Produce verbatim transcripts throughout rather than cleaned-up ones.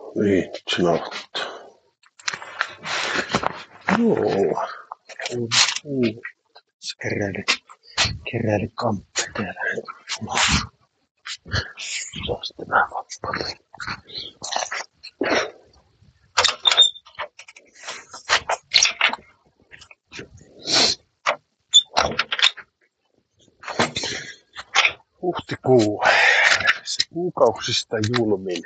Niin, nyt se nauhoittaa. Joo. Se keräili, keräili kamppe täällä. Se on sitten vähän vappaa. Huhtikuu. Se kuukausista julmin.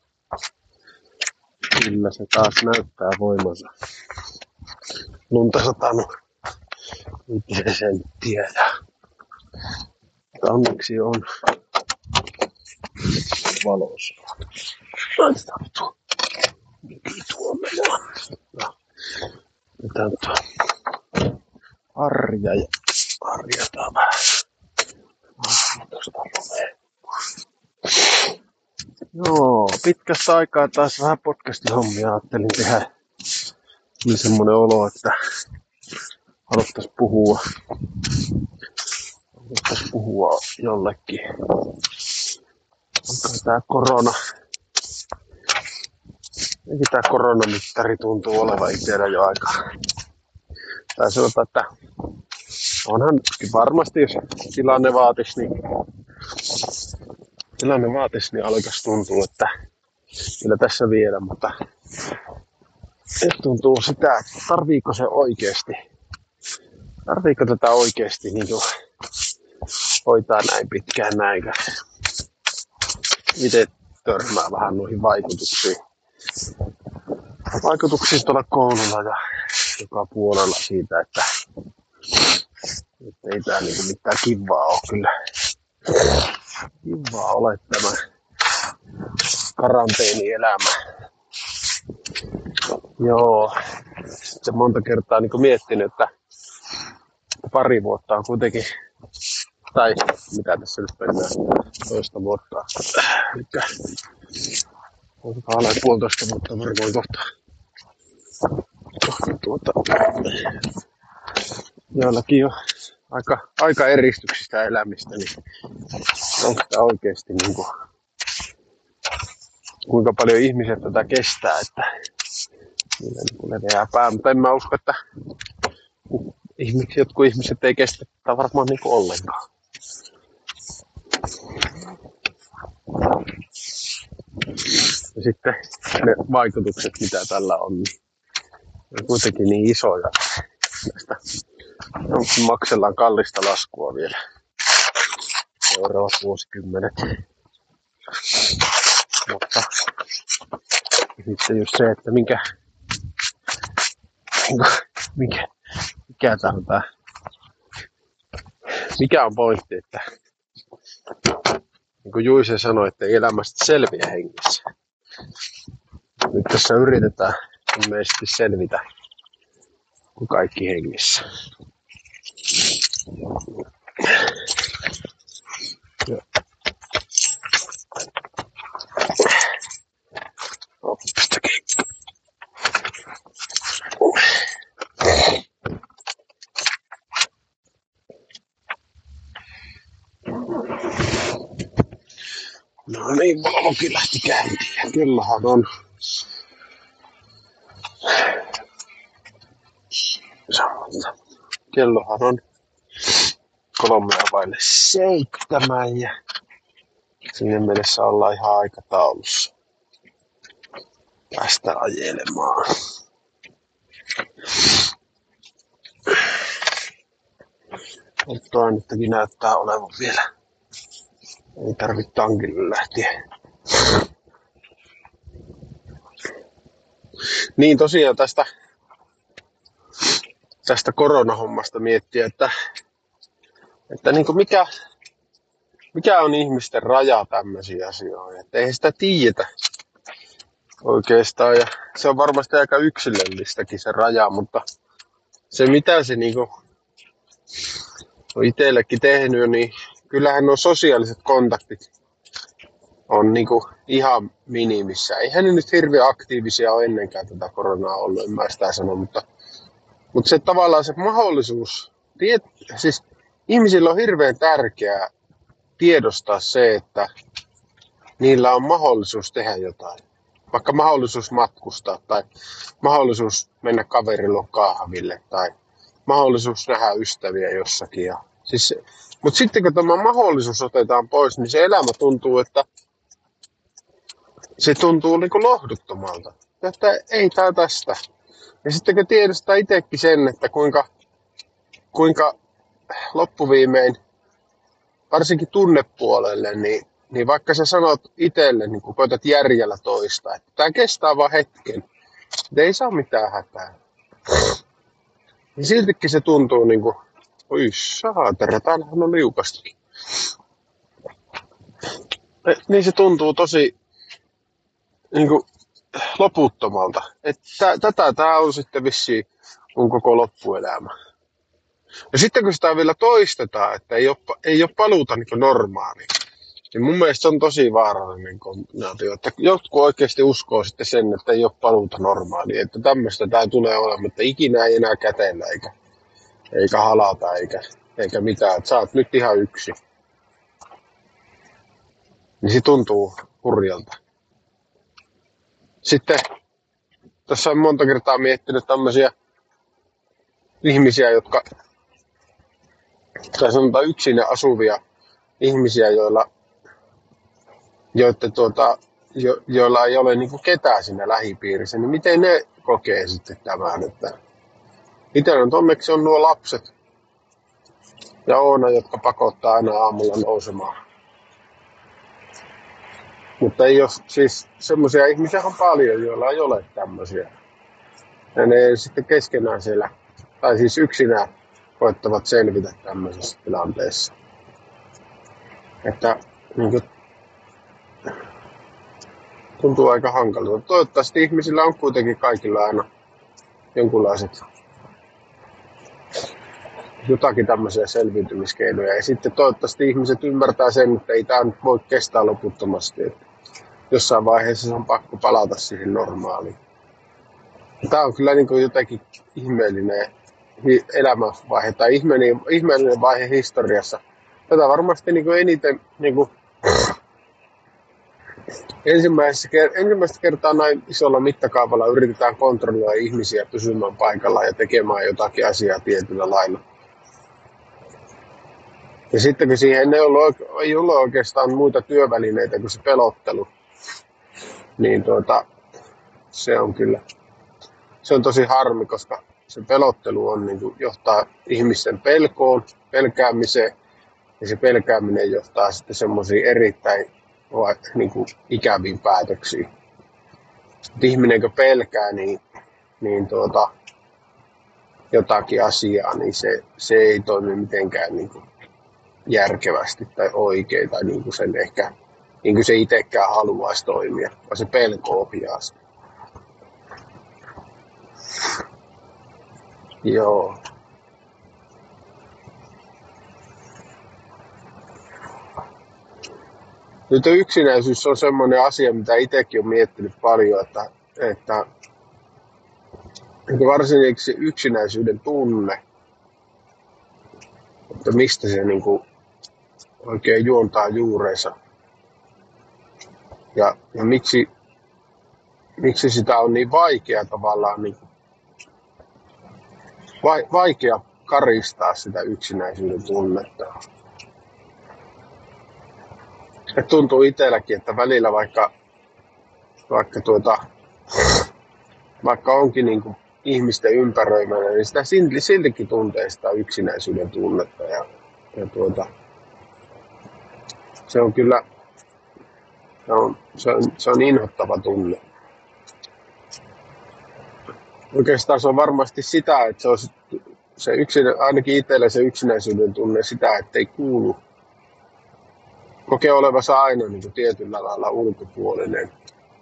Kyllä se taas näyttää voimansa. Lunta satanut viitisen senttiä ja onneksi on valossa. Laitetaan tuo. Mikä tuo menee? No, otetaan tuo Arja ja harjataan vähän. Tuosta lumeen. Joo, pitkästä aikaa taas vähän podcastin hommia ajattelin tehdä. Oli semmonen olo, että haluttais puhua. Haluttais puhua jollekin. Onko tää korona? Eikin tää koronamittari tuntuu olevan itsellä jo aika. Tai sanotaan, että onhan varmasti, jos tilanne vaatisi, niin tilanne vaatisi, niin alkaisi tuntua, että kyllä tässä vielä, mutta nyt tuntuu sitä, että tarviiko se oikeesti, tarviiko tätä oikeesti niin kuin hoitaa näin pitkään näin. Itse törmää vähän noihin vaikutuksiin. Vaikutuksiin tuolla koululla ja joka puolella siitä, että, että ei tää niinku mitään kivaa ole kyllä. Kivaa ole tämä karanteenielämä. Joo. Sitten monta kertaa niinku miettinyt, että pari vuotta on kuitenkin, tai mitä tässä nyt mennään, toista vuotta. Elikkä onko alle puolitoista vuotta varmaan kohta. Kohta tuota. Joillakin on aika, aika eristyksistä elämistä, niin onko tämä oikeesti niinku, kuinka paljon ihmiset tätä kestää, että niillä niinku leveää pää, mutta en mä usko, että ihmiset, jotkut ihmiset ei kestä tätä varmaan niinku ollenkaan. Ja sitten ne vaikutukset, mitä tällä on, niin on kuitenkin niin isoja. Näistä maksellaan kallista laskua vielä seuraavat vuosikymmenet. Mutta sitten just se, että minkä, mikä, mikä tää on tää, mikä on pointti, että niin kuin Juise sanoi, että ei elämästä selviä hengissä. Nyt tässä yritetään ilmeisesti selvitä kuin kaikki hengissä. Oppistakin. No niin, valokin lähti käyntiin. Kellohan on Kellohan on kolme vaille seitsemän ja sinne mennessä ollaan ihan aikataulussa. Päästä ajelemaan. Polttoainettakin näyttää olevan vielä. Ei tarvitse tankille lähteä. Niin tosiaan tästä, tästä koronahommasta miettiä, että, että niin kuin mikä, mikä on ihmisten raja tämmöisiä asioita. Että eihän sitä tiedetä oikeastaan. Ja se on varmasti aika yksilöllistäkin se raja, mutta se mitä se niin kuin on itsellekin tehnyt, niin kyllähän nuo sosiaaliset kontaktit on niinku ihan minimissä. Eihän ne nyt hirveän aktiivisia ole ennenkään tätä koronaa ollut, en mä sitä sano, mutta, mutta se tavallaan se mahdollisuus, tiet, siis ihmisillä on hirveän tärkeää tiedostaa se, että niillä on mahdollisuus tehdä jotain. vaikka mahdollisuus matkustaa tai mahdollisuus mennä kaverilla kahville tai mahdollisuus nähdä ystäviä jossakin. Ja, siis, mutta sitten kun tämä mahdollisuus otetaan pois, niin se elämä tuntuu, että se tuntuu niin kuin lohduttomalta. Että ei tää tästä. Ja sitten kun tiedostaa itsekin sen, että kuinka, kuinka loppuviimein, varsinkin tunnepuolelle, niin, niin vaikka sä sanot itselle, niin kun koetat järjellä toista, että tämä kestää vaan hetken, että ei saa mitään hätää. Niin siltikin se tuntuu niin kuin, oi saatera, täällähän on liukastakin. Niin se tuntuu tosi niin kuin, loputtomalta. Että tätä tää on sitten vissiin mun koko loppuelämä. Ja sitten kun sitä vielä toistetaan, että ei ole, ei ole paluuta niin normaaliin, niin mun mielestä se on tosi vaarallinen kombinaatio. Että jotkut oikeasti uskoo sitten sen, että ei ole paluuta normaaliin. Että tämmöistä tää tulee olemaan, että ikinä ei enää kätellä eikä, eikä halata eikä, eikä mitään. Että sä oot nyt ihan yksi. Niin se tuntuu hurjalta. Sitten tässä on monta kertaa miettinyt tämmöisiä ihmisiä, jotka, tai sanotaan yksin asuvia ihmisiä, joilla, joiden, tuota, jo, joilla ei ole niin kuin ketään siinä lähipiirissä, niin miten ne kokee sitten tämän, että itsellä on onneksi on nuo lapset ja Oona, jotka pakottaa aina aamulla nousemaan. Mutta ei ole siis semmoisia ihmisiä on paljon, joilla ei ole tämmöisiä. Ja ne sitten keskenään siellä, tai siis yksinään koettavat selvitä tämmöisessä tilanteessa. Että niin kuin, tuntuu aika hankalalta. Toivottavasti ihmisillä on kuitenkin kaikilla aina jonkunlaiset jotakin tämmöisiä selviytymiskeinoja. Ja sitten toivottavasti ihmiset ymmärtää sen, että ei tämä nyt voi kestää loputtomasti. Että jossain vaiheessa se on pakko palata siihen normaaliin. Tämä on kyllä niin kuin jotenkin ihmeellinen elämänvaihe tai ihmeellinen, ihmeellinen vaihe historiassa. Tätä varmasti niin kuin eniten niin kuin ensimmäistä kertaa näin isolla mittakaavalla yritetään kontrolloida ihmisiä pysymään paikalla ja tekemään jotakin asiaa tietyllä lailla. Ja sitten kun siihen ei ollut, ei ollut oikeastaan muita työvälineitä kuin se pelottelu, niin tuota, se on kyllä, se on tosi harmi, koska se pelottelu on, niin kuin, johtaa ihmisten pelkoon, pelkäämiseen, ja se pelkääminen johtaa sitten semmoisiin erittäin niin kuin, ikäviin päätöksiin. Et ihminen kun pelkää niin, niin tuota, jotakin asiaa, niin se, se ei toimi mitenkään niin kuin, järkevästi tai oikein, tai niin kuin sen ehkä niin kuin se itsekään haluaisi toimia, vaan se pelko ohjaa sitä. Joo. Nyt yksinäisyys on semmoinen asia, mitä itsekin olen miettinyt paljon, että, että varsinkin se yksinäisyyden tunne, että mistä se niin kuin oikein juontaa juurensa. Ja, ja miksi, miksi sitä on niin vaikea tavallaan, niin va, vaikea karistaa sitä yksinäisyyden tunnetta. Et tuntuu itselläkin, että välillä vaikka, vaikka, tuota, vaikka onkin niin kuin ihmisten ympäröimänä, niin sitä siltikin tuntee sitä yksinäisyyden tunnetta. Ja, ja tuota, se on kyllä se on, se on, se on inhottava tunne. Oikeastaan se on varmasti sitä, että se on se yksin, ainakin itsellä se yksinäisyyden tunne sitä, että ei kuulu. Kokee olevansa aina niin kuin tietyllä lailla ulkopuolinen.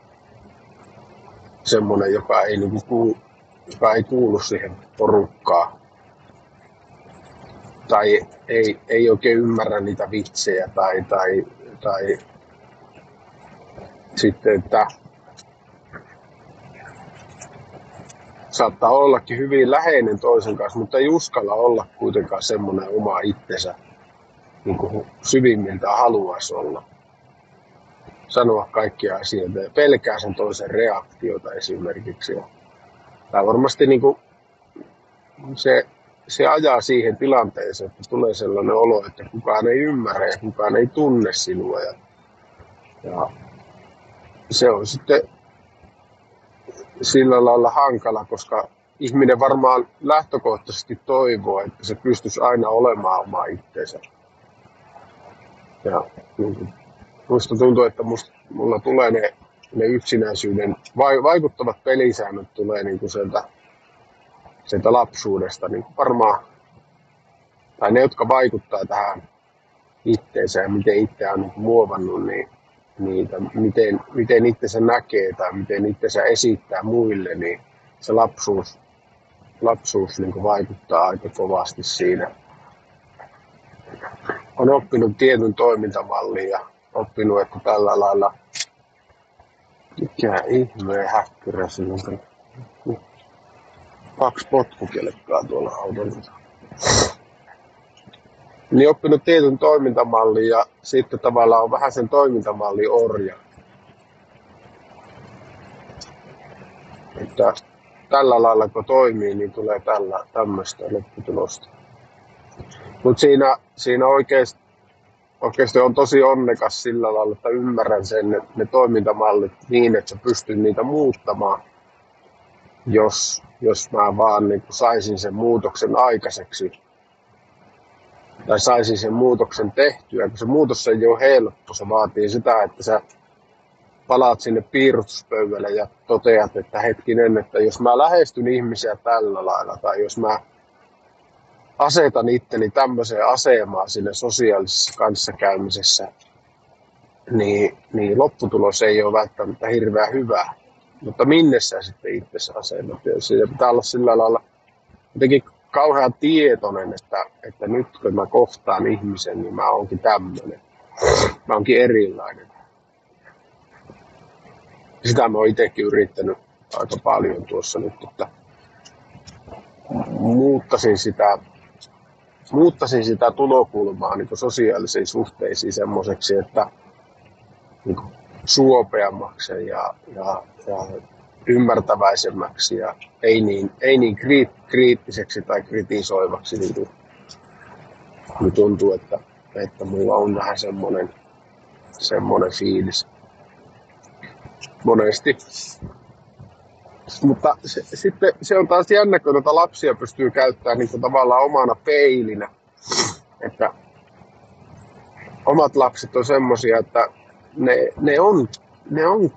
Semmoinen, joka ei, niin kuin kuulu, joka ei kuulu siihen porukkaan. Tai ei, ei oikein ymmärrä niitä vitsejä. Tai, tai, tai sitten, että saattaa ollakin hyvin läheinen toisen kanssa, mutta ei uskalla olla kuitenkaan semmoinen oma itsensä, niin kuin syvimmiltään haluaisi olla. sanoa kaikkia asioita ja pelkää sen toisen reaktiota esimerkiksi. Ja tämä varmasti niin kuin se, se ajaa siihen tilanteeseen, että tulee sellainen olo, että kukaan ei ymmärrä ja kukaan ei tunne sinua. Ja, ja se on sitten sillä lailla hankala, koska ihminen varmaan lähtökohtaisesti toivoo, että se pystyisi aina olemaan oma itseensä. Ja niin musta tuntuu, että musta, mulla tulee ne, ne yksinäisyyden vaikuttavat pelisäännöt tulee niin kuin sieltä, sieltä lapsuudesta. Niin kuin varmaan, tai ne, jotka vaikuttaa tähän itteensä ja miten itse on niin kuin muovannut, niin niitä, miten, miten itsensä näkee tai miten itsensä esittää muille, niin se lapsuus, lapsuus niin kuin vaikuttaa aika kovasti siinä. On oppinut tietyn toimintamallin ja oppinut, että tällä lailla, mikä ihmeen häkkyrä sinun, kaksi potkukelkkaa tuolla autolla. Niin oppinut tietyn toimintamallin ja sitten tavallaan on vähän sen toimintamallin orja. Että tällä lailla kun toimii, niin tulee tällä tämmöistä lopputulosta. Mutta siinä, siinä oikeasti, oikeasti on tosi onnekas sillä lailla, että ymmärrän sen, ne, ne toimintamallit niin, että sä pystyt niitä muuttamaan, jos, jos mä vaan niin saisin sen muutoksen aikaiseksi. Tai saisin sen muutoksen tehtyä, kun se muutos ei ole helppo. Se vaatii sitä, että sä palaat sinne piirustuspöydälle ja toteat, että hetkinen, että jos mä lähestyn ihmisiä tällä lailla, tai jos mä asetan itteni tämmöiseen asemaan siinä sosiaalisessa kanssakäymisessä, niin, niin lopputulos ei ole välttämättä hirveän hyvä. Mutta minne sä sitten itse asennat? Siinä pitää olla sillä lailla jotenkin kauhean tietoinen, että, että nyt kun mä kohtaan ihmisen, niin mä oonkin tämmöinen. Mä oonkin erilainen. Sitä mä oon itsekin yrittänyt aika paljon tuossa nyt, että muuttasin sitä, muuttasin sitä tulokulmaa niin kuin sosiaalisiin suhteisiin semmoiseksi, että niin kuin suopeammaksi ja, ja, ja ymmärtäväisemmäksi ja ei niin, ei niin kriittiseksi tai kritisoivaksi, niin kuin, niin tuntuu, että, että mulla on vähän semmoinen, semmoinen fiilis monesti. Mutta se, sitten se on taas jännä, kun noita lapsia pystyy käyttämään niin kuin tavallaan omana peilinä, että omat lapset on semmosia, että ne, ne on, ne on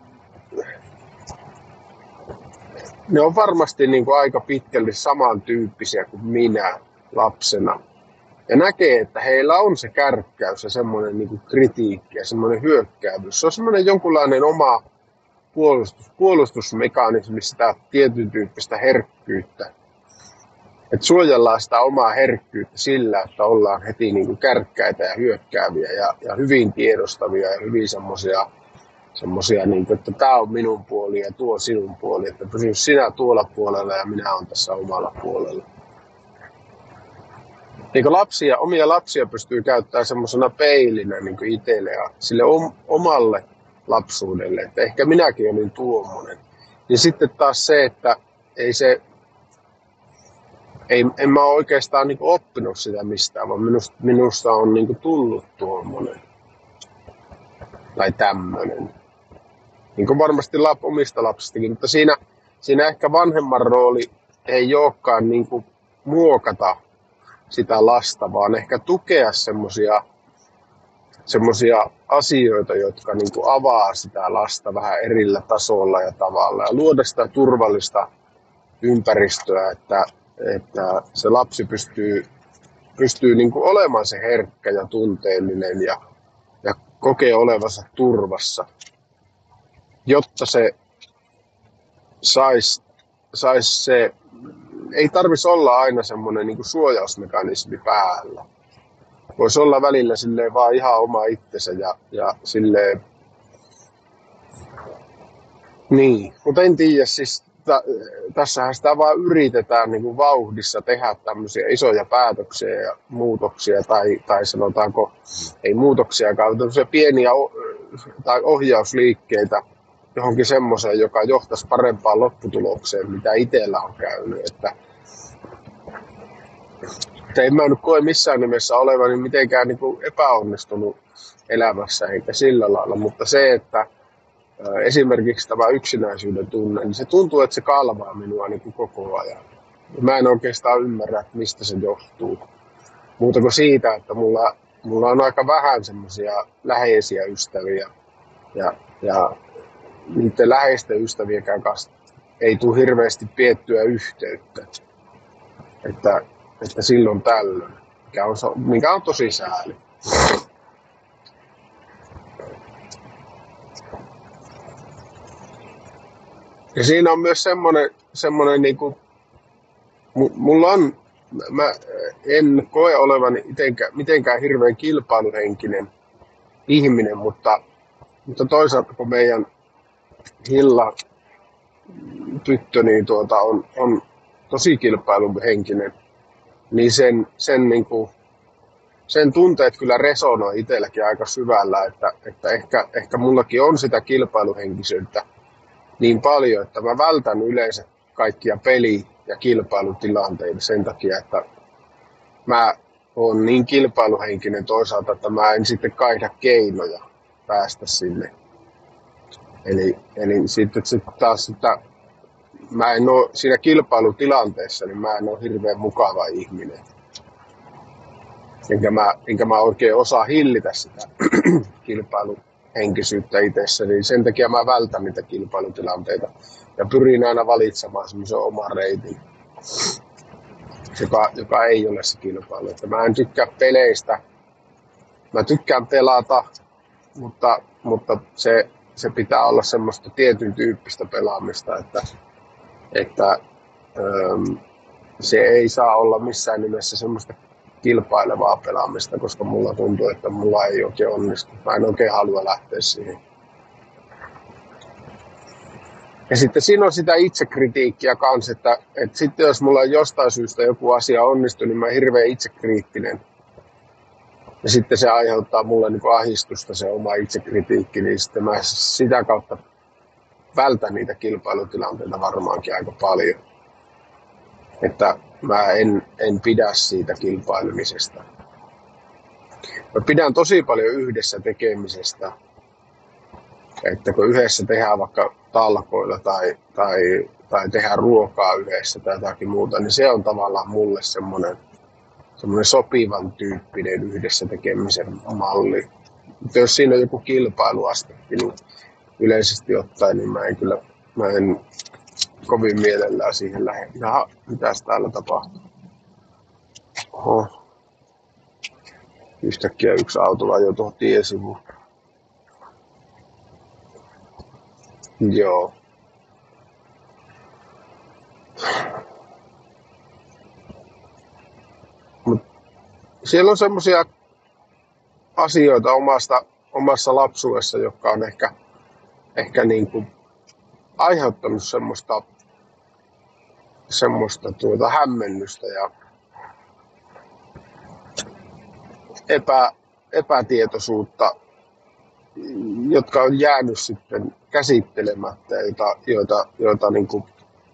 Ne on varmasti niin kuin aika pitkälle samantyyppisiä kuin minä lapsena. Ja näkee, että heillä on se kärkkäys ja semmoinen niin kuin kritiikki ja semmoinen hyökkäävyys. Se on semmoinen jonkunlainen oma puolustus, puolustusmekanismi, sitä tietyn tyyppistä herkkyyttä. Että suojellaan sitä omaa herkkyyttä sillä, että ollaan heti niin kuin kärkkäitä ja hyökkääviä ja, ja hyvin tiedostavia ja hyvin semmoisia semmoisia, niin että tämä on minun puoli ja tuo sinun puoli, että pysy sinä tuolla puolella ja minä olen tässä omalla puolella. Niin lapsia, omia lapsia pystyy käyttämään semmoisena peilinä niin itselle ja sille om, omalle lapsuudelle, että ehkä minäkin olin tuommoinen. Ja sitten taas se, että ei se, ei, en mä ole oikeastaan niin oppinut sitä mistään, vaan minusta, minusta on niin tullut tuommoinen tai tämmöinen. Niin kuin varmasti lap, omista lapsistakin, mutta siinä, siinä ehkä vanhemman rooli ei olekaan niin kuin muokata sitä lasta, vaan ehkä tukea semmoisia semmoisia asioita, jotka niin kuin avaa sitä lasta vähän erillä tasolla ja tavalla ja luoda sitä turvallista ympäristöä, että, että se lapsi pystyy, pystyy niin kuin olemaan se herkkä ja tunteellinen ja, ja kokee olevansa turvassa, jotta se saisi sais se, ei tarvitsisi olla aina semmoinen niin kuin suojausmekanismi päällä. Voisi olla välillä silleen vaan ihan oma itsensä ja, ja silleen, niin, mutta en tiedä, siis t- tässähän sitä vaan yritetään niin kuin vauhdissa tehdä tämmöisiä isoja päätöksiä ja muutoksia tai, tai sanotaanko, ei muutoksiakaan, tämmöisiä pieniä tai ohjausliikkeitä johonkin semmoiseen, joka johtaisi parempaan lopputulokseen, mitä itsellä on käynyt. Että, että en mä nyt koe missään nimessä olevani mitenkään niin kuin epäonnistunut elämässä eikä sillä lailla, mutta se, että esimerkiksi tämä yksinäisyyden tunne, niin se tuntuu, että se kalvaa minua niin kuin koko ajan. Mä en oikeastaan ymmärrä, että mistä se johtuu. Muuta kuin siitä, että mulla, mulla on aika vähän semmoisia läheisiä ystäviä. Ja, ja niiden läheisten ystävienkään kanssa ei tule hirveästi piettyä yhteyttä. Että, että silloin tällöin, mikä on, mikä on tosi sääli. Ja siinä on myös semmoinen, semmoinen niin kuin, mulla on, mä en koe olevani mitenkään, mitenkään hirveän kilpailuhenkinen ihminen, mutta, mutta toisaalta kun meidän Hilla tyttö niin tuota, on, on tosi kilpailuhenkinen, niin sen, sen, niin kuin, sen tunteet kyllä resonoi itselläkin aika syvällä, että, että ehkä, ehkä mullakin on sitä kilpailuhenkisyyttä niin paljon, että mä vältän yleensä kaikkia peli- ja kilpailutilanteita sen takia, että mä oon niin kilpailuhenkinen toisaalta, että mä en sitten kaihda keinoja päästä sinne. Eli, eli sitten sit taas sitä, mä en oo siinä kilpailutilanteessa, niin mä en oo hirveän mukava ihminen. Enkä mä, enkä mä oikein osaa hillitä sitä kilpailuhenkisyyttä itsessä, niin sen takia mä vältän niitä kilpailutilanteita ja pyrin aina valitsemaan semmoisen oman reitin, joka, joka ei ole se kilpailu. Että mä en tykkää peleistä, mä tykkään pelata, mutta, mutta se, se pitää olla semmoista tietyn tyyppistä pelaamista, että, että ähm, se ei saa olla missään nimessä semmoista kilpailevaa pelaamista, koska mulla tuntuu, että mulla ei oikein onnistu. Mä en oikein halua lähteä siihen. Ja sitten siinä on sitä itsekritiikkiä kanssa, että, että sitten jos mulla on jostain syystä joku asia onnistuu, niin mä oon hirveän itsekriittinen. Ja sitten se aiheuttaa mulle niin kuin ahdistusta se oma itsekritiikki, niin sitten mä sitä kautta vältän niitä kilpailutilanteita varmaankin aika paljon. Että mä en, en pidä siitä kilpailemisesta. Mä pidän tosi paljon yhdessä tekemisestä. Että kun yhdessä tehdään vaikka talkoilla tai, tai, tai tehdään ruokaa yhdessä tai jotakin muuta, niin se on tavallaan mulle semmoinen, semmoinen sopivan tyyppinen yhdessä tekemisen malli. Mutta jos siinä on joku kilpailuaspekti, niin yleisesti ottaen, niin mä en kyllä mä en kovin mielellään siihen lähde. Jaha, mitäs täällä tapahtuu? Oho. Yhtäkkiä yksi auto ajoi tuohon tiesivuun. Joo. Mut siellä on semmoisia asioita omasta, omassa lapsuudessa, jotka on ehkä, ehkä niin kuin aiheuttanut semmoista, semmoista tuota hämmennystä ja epä, epätietoisuutta, jotka on jäänyt sitten käsittelemättä, joita, joita, joita niin kuin,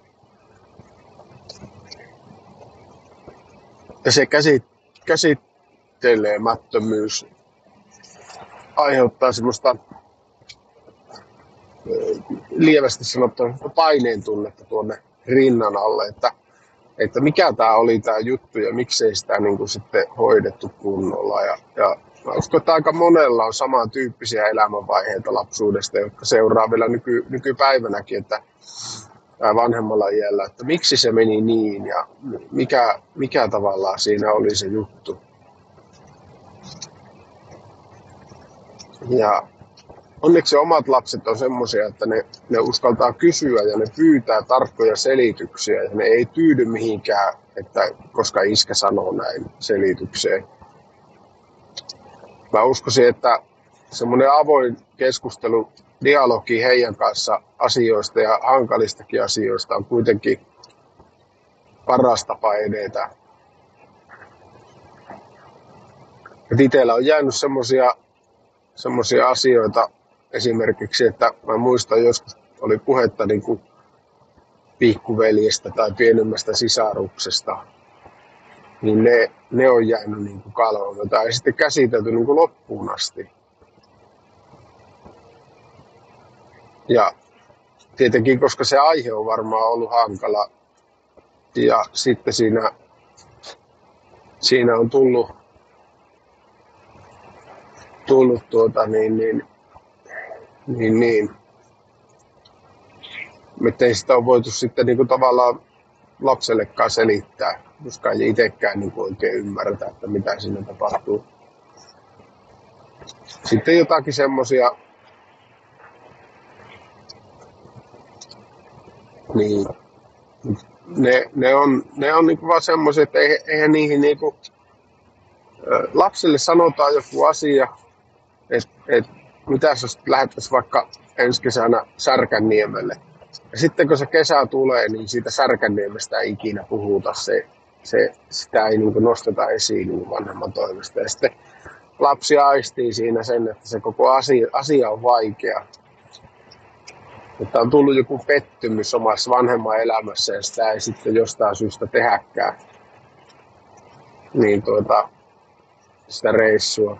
ja se käsit, käsittelemättömyys aiheuttaa semmoista lievästi sanottuna paineen tunnetta tuonne rinnan alle, että, että mikä tämä oli tämä juttu ja miksei sitä niin kuin sitten hoidettu kunnolla. Ja, ja mä uskon, että aika monella on samantyyppisiä elämänvaiheita lapsuudesta, jotka seuraa vielä nyky, nykypäivänäkin, että vanhemmalla iällä, että miksi se meni niin ja mikä, mikä tavallaan siinä oli se juttu. Ja onneksi omat lapset on semmoisia, että ne, ne uskaltaa kysyä ja ne pyytää tarkkoja selityksiä ja ne ei tyydy mihinkään, että koska iskä sanoo näin selitykseen. Mä uskoisin, että semmoinen avoin keskustelu, dialogi heidän kanssa asioista ja hankalistakin asioista on kuitenkin paras tapa edetä. Et itsellä on jäänyt semmoisia semmoisia asioita esimerkiksi, että mä muistan joskus oli puhetta niin kuin pikkuveljestä tai pienemmästä sisaruksesta, niin ne, ne on jäänyt niin kuin kalvomatta ja sitten käsitelty niin kuin loppuun asti. Ja tietenkin, koska se aihe on varmaan ollut hankala ja sitten siinä, siinä on tullut, tullut tuota niin, niin, niin, niin ettei sitä ole voitu sitten niin kuin tavallaan lapsellekaan selittää, koska ei itsekään niin kuin oikein ymmärretä, että mitä siinä tapahtuu. Sitten jotakin semmosia, niin ne, ne on, ne on niin kuin vaan semmoisia, että eihän niihin niin kuin, lapselle sanotaan joku asia, että et, mitä jos lähdettäisiin vaikka ensi kesänä Särkänniemelle. Ja sitten kun se kesä tulee, niin siitä Särkänniemestä ei ikinä puhuta, se, se, sitä ei niin kuin nosteta esiin niin vanhemman toimesta. Ja sitten lapsi aistii siinä sen, että se koko asia, asia on vaikea. Että on tullut joku pettymys omassa vanhemman elämässä ja sitä ei sitten jostain syystä tehäkään. Niin tuota, sitä reissua.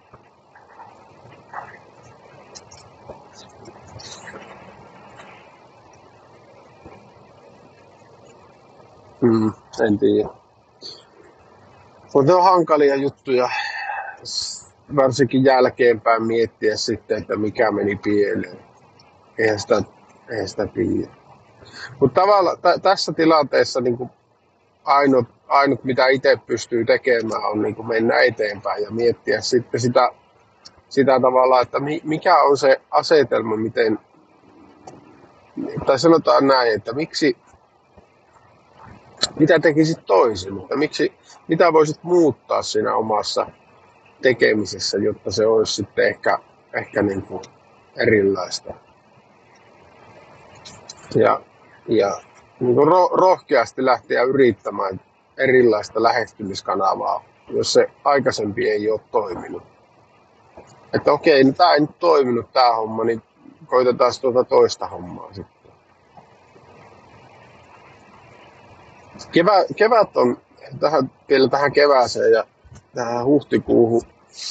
Mm, en tiedä. Mutta ne on hankalia juttuja, varsinkin jälkeenpäin miettiä sitten, että mikä meni pieleen. Eihän sitä, eihän sitä tiedä. Mutta tavallaan t- tässä tilanteessa niin ainut, ainut, mitä itse pystyy tekemään, on niin mennä eteenpäin ja miettiä sitten sitä, sitä tavalla, että mi- mikä on se asetelma, miten, tai sanotaan näin, että miksi, mitä tekisit toisin, että miksi, mitä voisit muuttaa siinä omassa tekemisessä, jotta se olisi sitten ehkä, ehkä niin kuin erilaista. Ja, ja niin kuin ro, rohkeasti lähteä yrittämään erilaista lähestymiskanavaa, jos se aikaisempi ei ole toiminut. Että okei, no tämä ei nyt toiminut tämä homma, niin koitetaan tuota toista hommaa sitten. Kevä, kevät on tähän, vielä tähän kevääseen ja tähän huhtikuuhun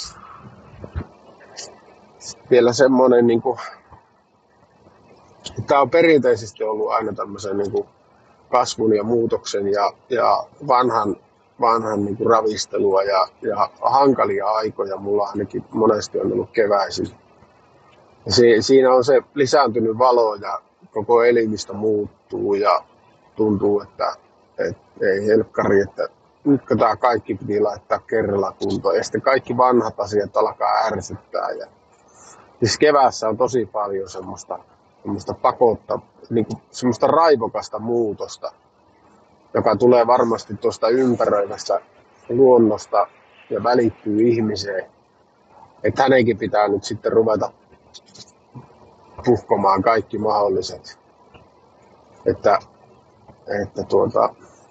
vielä semmoinen, niin kuin, tämä on perinteisesti ollut aina tämmöisen niin kuin kasvun ja muutoksen ja, ja vanhan, vanhan niin kuin ravistelua ja, ja hankalia aikoja. Mulla ainakin monesti on ollut keväisin. Ja si, siinä on se lisääntynyt valo ja koko elimistö muuttuu ja tuntuu, että, että ei helkkari, että nyt tämä kaikki piti laittaa kerralla kuntoon ja sitten kaikki vanhat asiat alkaa ärsyttää. Ja, siis keväässä on tosi paljon semmoista, semmoista pakotta, niin kuin semmoista raivokasta muutosta, joka tulee varmasti tuosta ympäröivästä luonnosta ja välittyy ihmiseen. Että hänenkin pitää nyt sitten ruveta puhkomaan kaikki mahdolliset. Että, että tuota,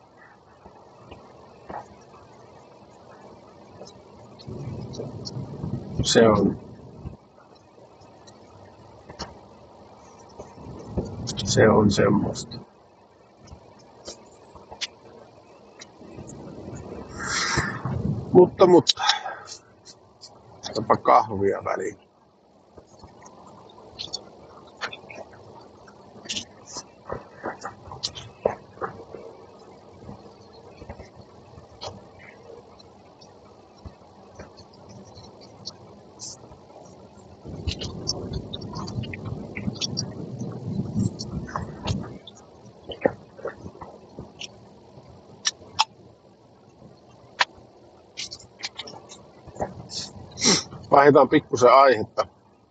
se on, se on semmoista. Mutta, mutta, otapa kahvia väliin. Vaihdetaan pikkusen aihetta.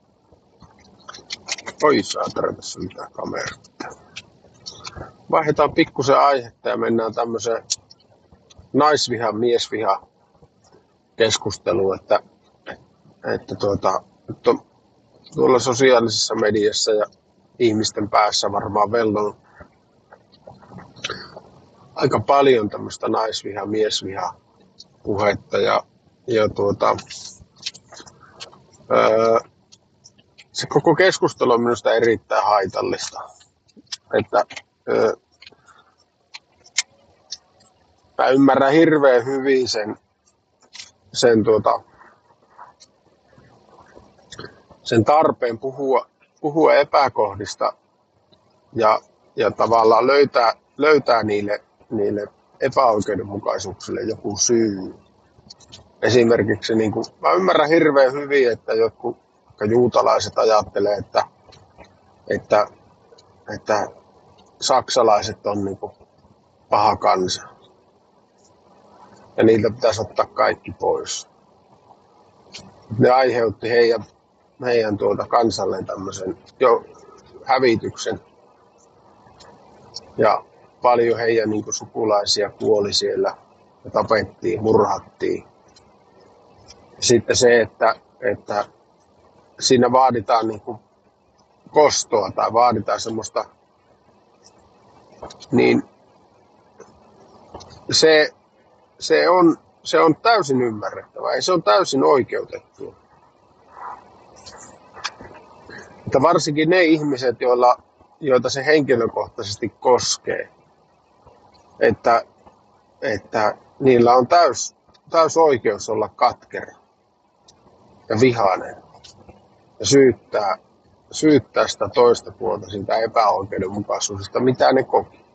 Oi saatana, tässä on mitään kameraa. Vaihdetaan pikkusen aihetta ja mennään tämmöiseen naisviha, miesviha keskusteluun, että, että tuota, nyt on tuolla sosiaalisessa mediassa ja ihmisten päässä varmaan vellon aika paljon tämmöistä naisviha, miesviha puhetta ja, ja tuota, öö, se koko keskustelu on minusta erittäin haitallista. Että, ö, mä ymmärrän hirveän hyvin sen, sen, tuota, sen tarpeen puhua, puhua epäkohdista ja, ja tavallaan löytää, löytää niille, niille epäoikeudenmukaisuuksille joku syy. Esimerkiksi niin kuin, mä ymmärrän hirveän hyvin, että jotkut juutalaiset ajattelee, että, että, että saksalaiset on niin kuin paha kansa. Ja niiltä pitäisi ottaa kaikki pois. Ne aiheutti heidän, heidän tuota kansalleen tämmöisen jo hävityksen. Ja paljon heidän niin kuin sukulaisia kuoli siellä ja tapettiin, murhattiin. Sitten se, että, että siinä vaaditaan niin kuin kostoa tai vaaditaan semmoista, niin se, se, on, se on täysin ymmärrettävää ja se on täysin oikeutettua. Että varsinkin ne ihmiset, joilla, joita se henkilökohtaisesti koskee, että, että niillä on täys, täys oikeus olla katkera ja vihainen ja syyttää, syyttää sitä toista puolta siitä epäoikeudenmukaisuudesta, mitä ne koki.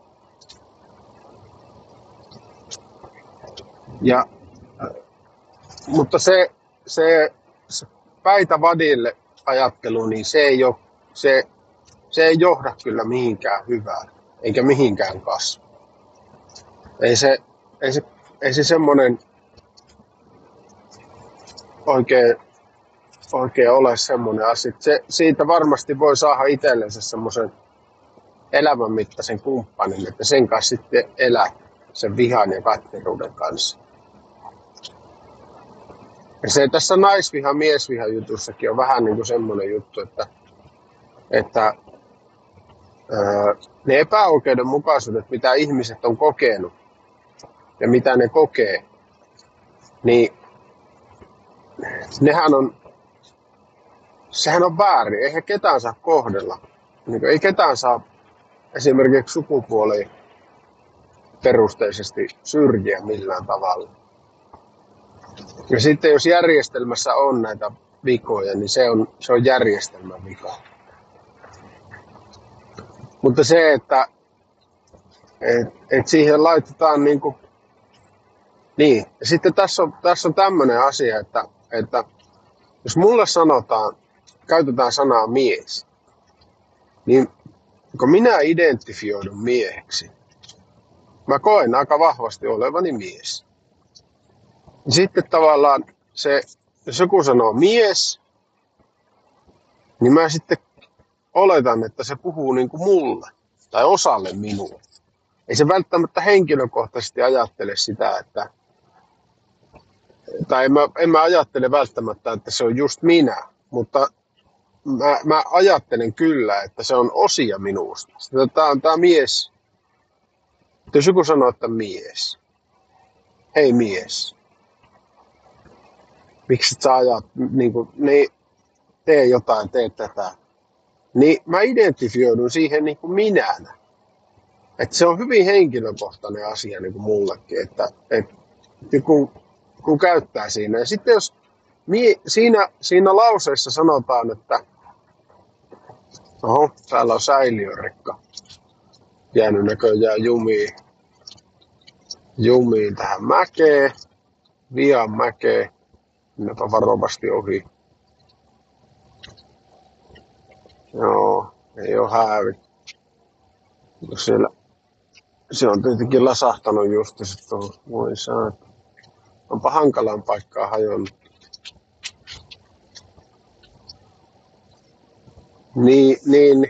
Ja, mutta se, se, se päitä vadille ajattelu, niin se ei, ole, se, se ei johda kyllä mihinkään hyvään, eikä mihinkään kasvu. Ei se, ei se, ei se semmoinen oikein, oikein ole semmoinen asia. Se, siitä varmasti voi saada itsellensä semmoisen elämänmittaisen kumppanin, että sen kanssa sitten elää sen vihan ja katkeruuden kanssa. Ja se tässä naisviha, miesviha jutussakin on vähän niin kuin semmoinen juttu, että, että ää, ne epäoikeudenmukaisuudet, mitä ihmiset on kokenut ja mitä ne kokee, niin nehän on, sehän on väärin. Eihän ketään saa kohdella. Niin ei ketään saa esimerkiksi sukupuoleen perusteisesti syrjiä millään tavalla. Ja sitten jos järjestelmässä on näitä vikoja, niin se on, se on järjestelmän vika. Mutta se, että et, et siihen laitetaan niin kuin, niin. Ja sitten tässä on, tässä on tämmöinen asia, että, että jos mulle sanotaan, käytetään sanaa mies, niin kun minä identifioidun mieheksi, mä koen aika vahvasti olevani mies. Sitten tavallaan se, jos joku sanoo mies, niin mä sitten oletan, että se puhuu niin kuin mulle tai osalle minua. Ei se välttämättä henkilökohtaisesti ajattele sitä, että, tai en mä, en mä ajattele välttämättä, että se on just minä, mutta mä, mä ajattelen kyllä, että se on osia minusta. Tämä on tämä mies. Jos joku sanoo, että mies, hei mies, miksi sä ajat, niin kuin, niin, tee jotain, tee tätä. Niin mä identifioidun siihen niin kuin minänä. Että se on hyvin henkilökohtainen asia niin kuin mullekin, että, että kun, kun käyttää siinä. Ja sitten jos mie, siinä, siinä lauseessa sanotaan, että oho, täällä on säiliörekka jäänyt näköjään jumiin, jumiin tähän mäkeen, vian mäkeen, mennäpä varovasti ohi. Joo, ei ole häävi. Siellä, se on tietenkin lasahtanut just se tuohon. Voi saa. Onpa hankalaan paikkaa hajonnut. Niin, niin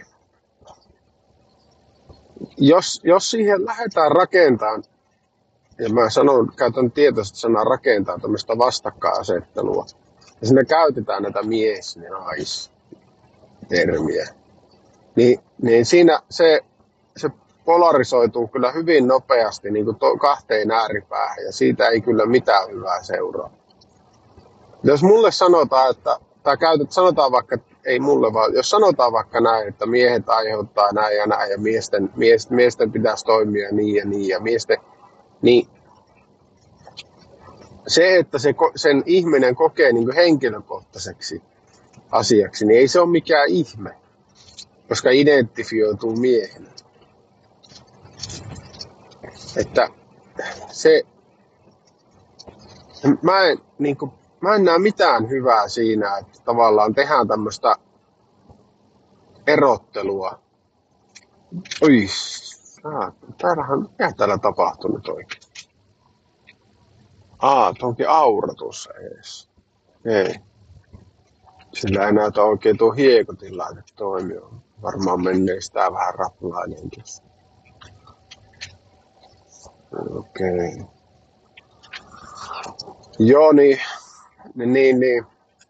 jos, jos siihen lähdetään rakentamaan, ja mä sanon, käytän tietoisesti sanaa rakentaa tämmöistä vastakkainasettelua, ja siinä käytetään näitä mies- ja nais-termiä, niin, niin siinä se, se polarisoituu kyllä hyvin nopeasti niin kuin to, kahteen ääripäähän, ja siitä ei kyllä mitään hyvää seuraa. Jos mulle sanotaan, että, tai käytet, sanotaan vaikka, ei mulle vaan, jos sanotaan vaikka näin, että miehet aiheuttaa näin ja näin ja miesten, miesten, miesten pitäisi toimia niin ja niin ja miesten, niin se, että se, sen ihminen kokee niin kuin henkilökohtaiseksi asiaksi, niin ei se ole mikään ihme, koska identifioituu miehenä. Että se, mä en, niin kuin, mä en näe mitään hyvää siinä, että tavallaan tehdään tämmöistä erottelua. Oi, täällähän, mitä täällä tapahtunut oikein? Aa, tuonkin aura tuossa edes. Ei. Sillä ei näytä oikein tuo hiekotin laite toimia. Varmaan menneistään vähän raplainenkin. Okei. Okay. Joo, niin, niin, niin, niin.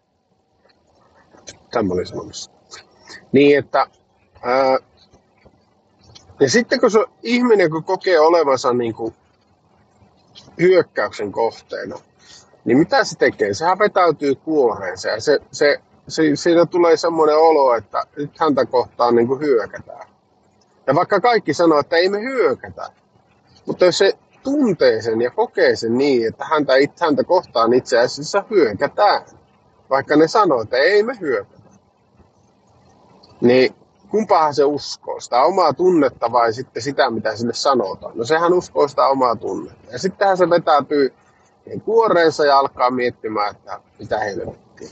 Tämä oli sanomassa. Niin, että ää, ja sitten kun se ihminen kun kokee olevansa niin kuin hyökkäyksen kohteena, niin mitä se tekee? Sehän vetäytyy kuoreensa ja se, se, se, siitä tulee semmoinen olo, että nyt häntä kohtaan niin kuin hyökätään. Ja vaikka kaikki sanoo, että ei me hyökätä, mutta jos se tuntee sen ja kokee sen niin, että häntä, häntä kohtaan itse asiassa hyökätään, vaikka ne sanoo, että ei me hyökätä, niin kumpaahan se uskoo? Sitä omaa tunnetta vai sitten sitä, mitä sille sanotaan? No sehän uskoo sitä omaa tunnetta. Ja sittenhän se vetäytyy kuoreensa ja alkaa miettimään, että mitä helvettiä.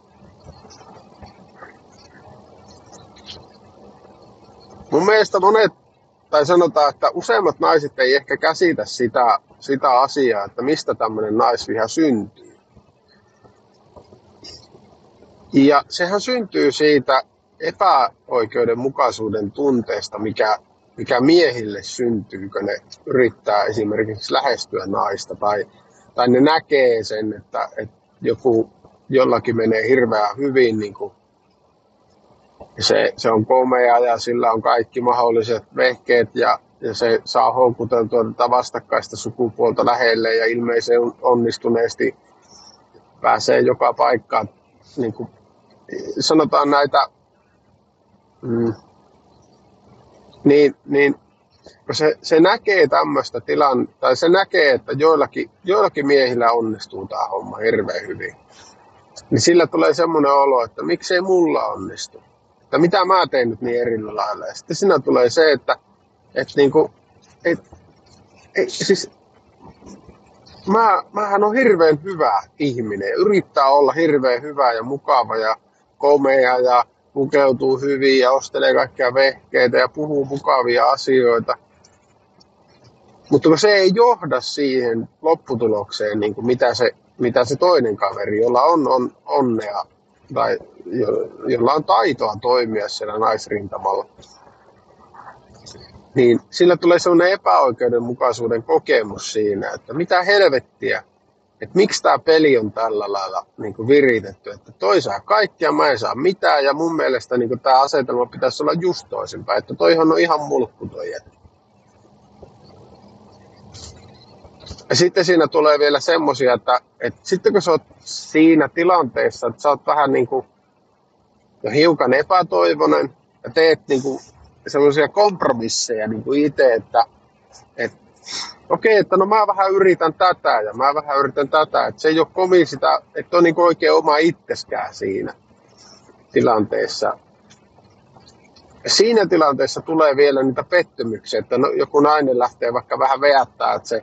Mun mielestä monet, tai sanotaan, että useimmat naiset ei ehkä käsitä sitä, sitä asiaa, että mistä tämmöinen naisviha syntyy. Ja sehän syntyy siitä epäoikeudenmukaisuuden tunteesta, mikä, mikä miehille syntyy, kun ne yrittää esimerkiksi lähestyä naista tai, tai ne näkee sen, että, että joku jollakin menee hirveän hyvin, niin kuin se, se on komea ja sillä on kaikki mahdolliset vehkeet ja, ja se saa houkuteltua tätä vastakkaista sukupuolta lähelle ja ilmeisen onnistuneesti pääsee joka paikkaan. Niin kuin sanotaan näitä, mm, niin, niin se, se näkee tämmöistä tilan, tai se näkee, että joillakin, joillakin miehillä onnistuu tämä homma hirveän hyvin. Niin sillä tulee semmoinen olo, että miksei mulla onnistu. Että mitä mä teen nyt niin eri lailla. Ja sitten siinä tulee se, että, että niinku, et, et, siis, mä, mähän on hirveän hyvä ihminen. Yrittää olla hirveän hyvä ja mukava ja komea ja pukeutuu hyvin ja ostelee kaikkia vehkeitä ja puhuu mukavia asioita. Mutta kun se ei johda siihen lopputulokseen, niin kuin mitä, se, mitä se toinen kaveri, jolla on, on onnea tai jo, jolla on taitoa toimia siellä naisrintamalla, niin sillä tulee sellainen epäoikeudenmukaisuuden kokemus siinä, että mitä helvettiä, että miksi tämä peli on tällä lailla niin kuin viritetty, että toi saa kaikkia, mä en saa mitään, ja mun mielestä niin kuin tämä asetelma pitäisi olla just toisinpäin, että toihan on ihan mulkku toi jätkä. Ja sitten siinä tulee vielä semmosia, että, että sitten kun sä oot siinä tilanteessa, että sä oot vähän niin kuin jo hiukan epätoivoinen ja teet niin kuin semmoisia kompromisseja niin kuin itse, että, että okei, okay, että no mä vähän yritän tätä ja mä vähän yritän tätä, että se ei ole kovin sitä, että on niin kuin oikein oma itseskään siinä tilanteessa. Ja siinä tilanteessa tulee vielä niitä pettymyksiä, että no, joku nainen lähtee vaikka vähän veättää, että se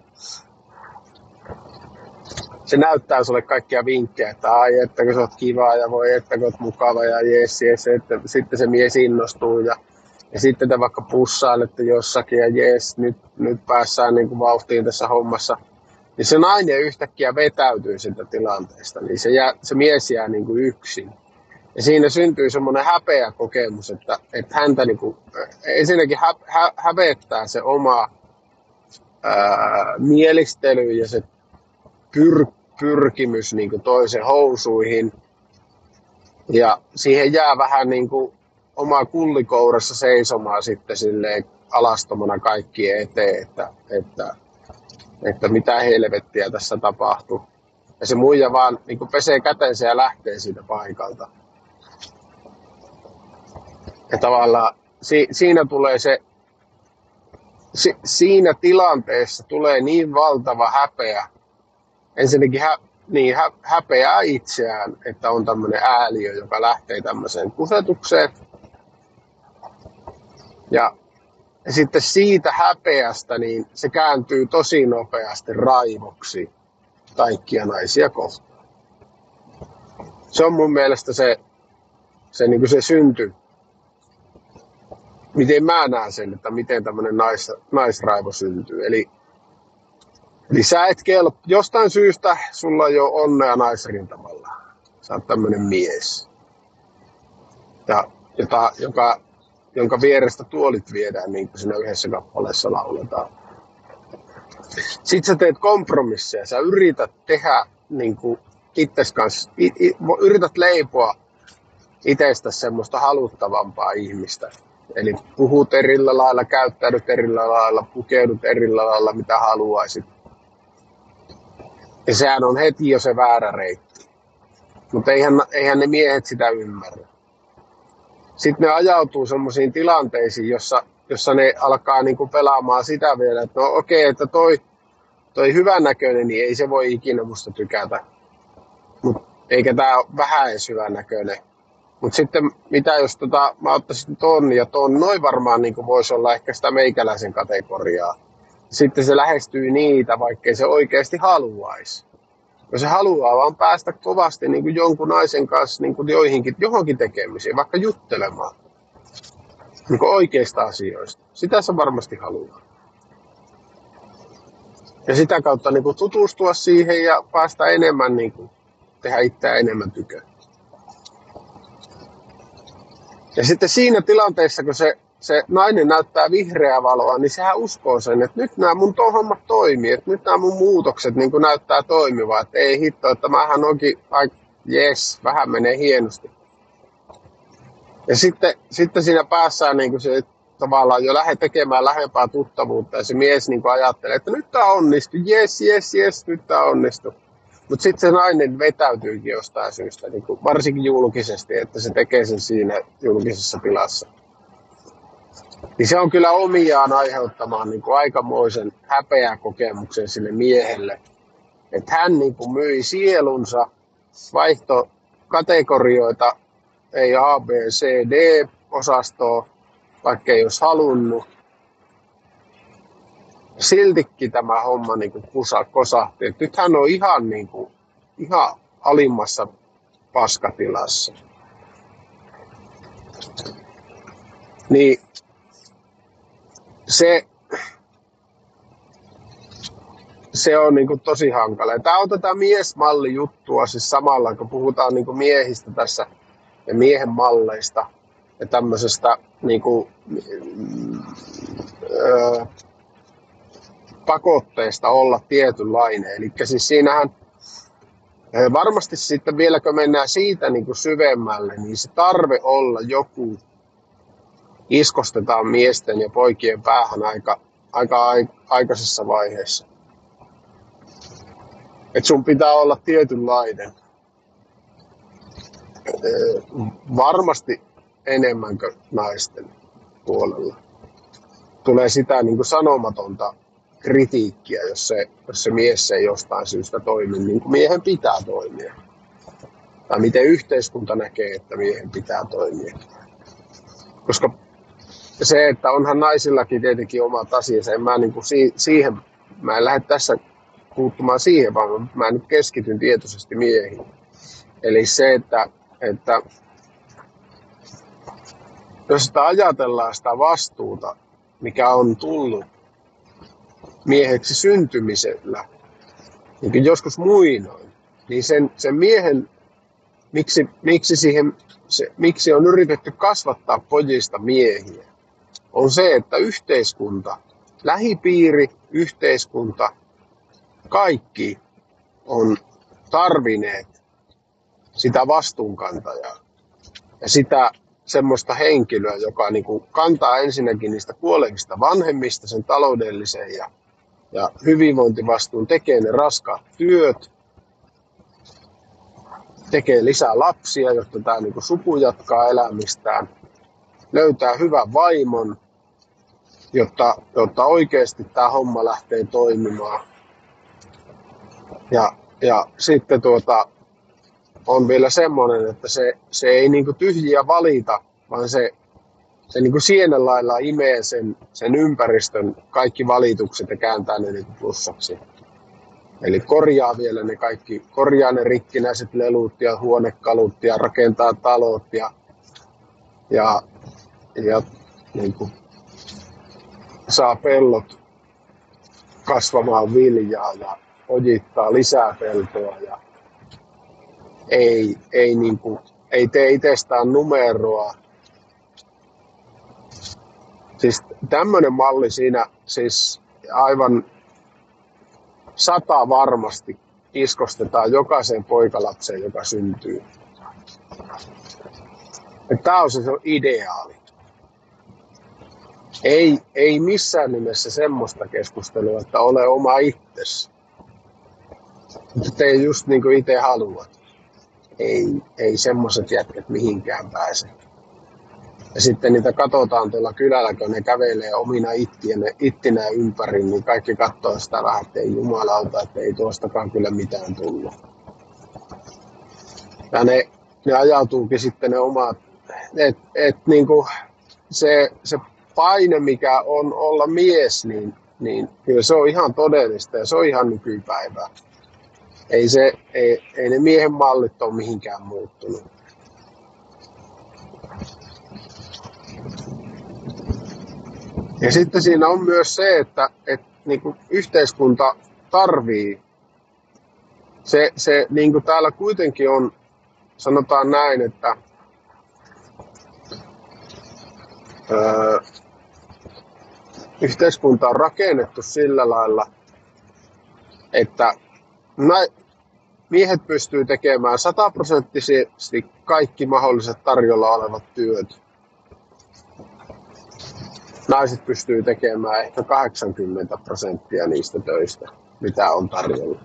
Se näyttää sulle kaikkia vinkkejä, että ai, että kun sä oot kiva ja voi, että kun oot mukava ja jes, jes, että sitten se mies innostuu ja, ja sitten te vaikka pussailette jossakin ja jes, nyt, nyt päässään niin kuin vauhtiin tässä hommassa. Niin se nainen yhtäkkiä vetäytyy siitä tilanteesta, niin se, jää, se mies jää niin kuin yksin. Ja siinä syntyy semmoinen häpeä kokemus, että, että häntä niin kuin, ensinnäkin hä, hä, hävettää se oma ää, mielistely ja se pyr, pyrkimys niin kuin toisen housuihin. Ja siihen jää vähän niin kuin oma kullikourassa seisomaan sitten silleen alastomana kaikkien eteen, että, että, että mitä helvettiä tässä tapahtuu. Ja se muija vaan niin kuin pesee kätensä ja lähtee siitä paikalta. Ja tavallaan si, siinä tulee se, si, siinä tilanteessa tulee niin valtava häpeä. Ensinnäkin hä, niin hä, häpeää itseään, että on tämmöinen ääliö, joka lähtee tämmöiseen kusetukseen. Ja sitten siitä häpeästä niin se kääntyy tosi nopeasti raivoksi kaikkia naisia kohtaan. Se on mun mielestä se, se, niin kuin se synty. Miten mä näen sen, että miten tämmöinen nais, naisraivo syntyy. Eli, eli sä et kelp, jostain syystä sulla ei ole onnea naisrintamalla. Sä oot tämmöinen mies, ja, jota, joka, jonka vierestä tuolit viedään, niin kuin siinä yhdessä kappaleessa lauletaan. Sitten sä teet kompromisseja, sä yrität tehdä niin kuin itses kanssa, it, it, yrität leipoa itsestä semmoista haluttavampaa ihmistä. Eli puhut erillä lailla, käyttäydyt erillä lailla, pukeudut erillä lailla, mitä haluaisit. Ja sehän on heti jo se väärä reitti. Mutta eihän, eihän ne miehet sitä ymmärrä. Sitten ne ajautuu semmoisiin tilanteisiin, jossa, jossa ne alkaa niinku pelaamaan sitä vielä, että no okei, okay, että toi, toi hyvännäköinen, niin ei se voi ikinä musta tykätä. Mut, eikä tää ole vähän edes hyvännäköinen. Mutta sitten mitä jos tota, mä ottaisin ton ja ton, noin varmaan niin voisi olla ehkä sitä meikäläisen kategoriaa. Sitten se lähestyy niitä, vaikkei se oikeasti haluaisi. Jos se haluaa vaan päästä kovasti niin kuin jonkun naisen kanssa niin kuin joihinkin, johonkin tekemisiin, vaikka juttelemaan niin kuin oikeista asioista. Sitä se varmasti haluaa. Ja sitä kautta niin kuin tutustua siihen ja päästä enemmän, niin kuin, tehdä itseään enemmän tykö. Ja sitten siinä tilanteessa, kun se, se nainen näyttää vihreää valoa, niin sehän uskoo sen, että nyt nämä mun hommat toimii, että nyt nämä mun muutokset niin kuin näyttää toimivaa, että ei hitto, että mähän onkin, jes, vähän menee hienosti. Ja sitten, sitten siinä päässään niin kuin se tavallaan jo lähde tekemään lähempää tuttavuutta ja se mies niin kuin ajattelee, että nyt tää onnistuu, jes, jes, jes, nyt tää onnistuu. Mutta sitten se nainen vetäytyykin jostain syystä, niin kuin varsinkin julkisesti, että se tekee sen siinä julkisessa tilassa. Niin se on kyllä omiaan aiheuttamaan niin kuin aikamoisen häpeäkokemuksen sille miehelle. Että hän niin kuin myi sielunsa, vaihto kategorioita, ei A, B, C, D-osastoa, vaikka ei olisi halunnut. Siltikin tämä homma niin kuin kusa, kosahti. Et nyt hän on ihan, niin kuin, ihan alimmassa paskatilassa. Niin se, se on niin kuin tosi hankala. Tämä on tätä miesmallijuttua siis samalla, kun puhutaan niin kuin miehistä tässä ja miehen malleista ja tämmöisestä niin kuin, öö, pakotteista olla tietynlainen. Eli siis siinähän varmasti sitten vielä kun mennään siitä niin kuin syvemmälle, niin se tarve olla joku iskostetaan miesten ja poikien päähän aika, aika aikaisessa vaiheessa. Et sun pitää olla tietynlainen. Varmasti enemmän kuin naisten puolella. Tulee sitä niin kuin sanomatonta kritiikkiä, jos se, jos se mies ei jostain syystä toimi, niin kuin miehen pitää toimia. Tai miten yhteiskunta näkee, että miehen pitää toimia. Koska se, että onhan naisillakin tietenkin omat asiansa, en mä niin kuin si- siihen, mä en lähde tässä puuttumaan siihen, vaan mä nyt keskityn tietoisesti miehiin. Eli se, että, että jos sitä ajatellaan sitä vastuuta, mikä on tullut mieheksi syntymisellä, niin joskus muinoin, niin sen, sen miehen, miksi, miksi, siihen, se, miksi on yritetty kasvattaa pojista miehiä, on se, että yhteiskunta, lähipiiri, yhteiskunta, kaikki on tarvineet sitä vastuunkantajaa ja sitä semmoista henkilöä, joka niin kuin kantaa ensinnäkin niistä kuolevista vanhemmista sen taloudellisen ja, ja hyvinvointivastuun, tekee ne raskaat työt, tekee lisää lapsia, jotta tämä niin kuin suku jatkaa elämistään. löytää hyvän vaimon, jotta, jotta oikeasti tämä homma lähtee toimimaan. Ja, ja sitten tuota, on vielä semmoinen, että se, se ei niinku tyhjiä valita, vaan se, se niinku sienen lailla imee sen, sen ympäristön kaikki valitukset ja kääntää ne niinku plussaksi. Eli korjaa vielä ne kaikki, korjaa ne rikkinäiset lelut ja huonekalut ja rakentaa talot ja, ja, ja niinku, saa pellot kasvamaan viljaa ja ojittaa lisää peltoa ja ei, ei, niinku, ei tee itsestään numeroa. Siis tämmöinen malli siinä siis aivan sata varmasti iskostetaan jokaiseen poikalapseen, joka syntyy. Tämä on se ideaali. Ei, ei missään nimessä semmoista keskustelua, että ole oma itsesi. Mutta tee just niin kuin itse haluat. Ei, ei semmoiset jätket mihinkään pääse. Ja sitten niitä katsotaan tuolla kylällä, kun ne kävelee omina ittinään ympäri, niin kaikki katsoo sitä vähän, että ei jumalauta, että ei tuostakaan kyllä mitään tullut. Ja ne, ne ajautuukin sitten ne omat, että et niinku se, se paine, mikä on olla mies, niin, niin kyllä se on ihan todellista ja se on ihan nykypäivää. Ei, se, ei, ei ne miehen mallit ole mihinkään muuttunut. Ja sitten siinä on myös se, että, että niin kuin yhteiskunta tarvii, se, se niin kuin täällä kuitenkin on, sanotaan näin, että öö, yhteiskunta on rakennettu sillä lailla, että miehet pystyy tekemään sataprosenttisesti kaikki mahdolliset tarjolla olevat työt. Naiset pystyy tekemään ehkä kahdeksankymmentä prosenttia niistä töistä, mitä on tarjolla.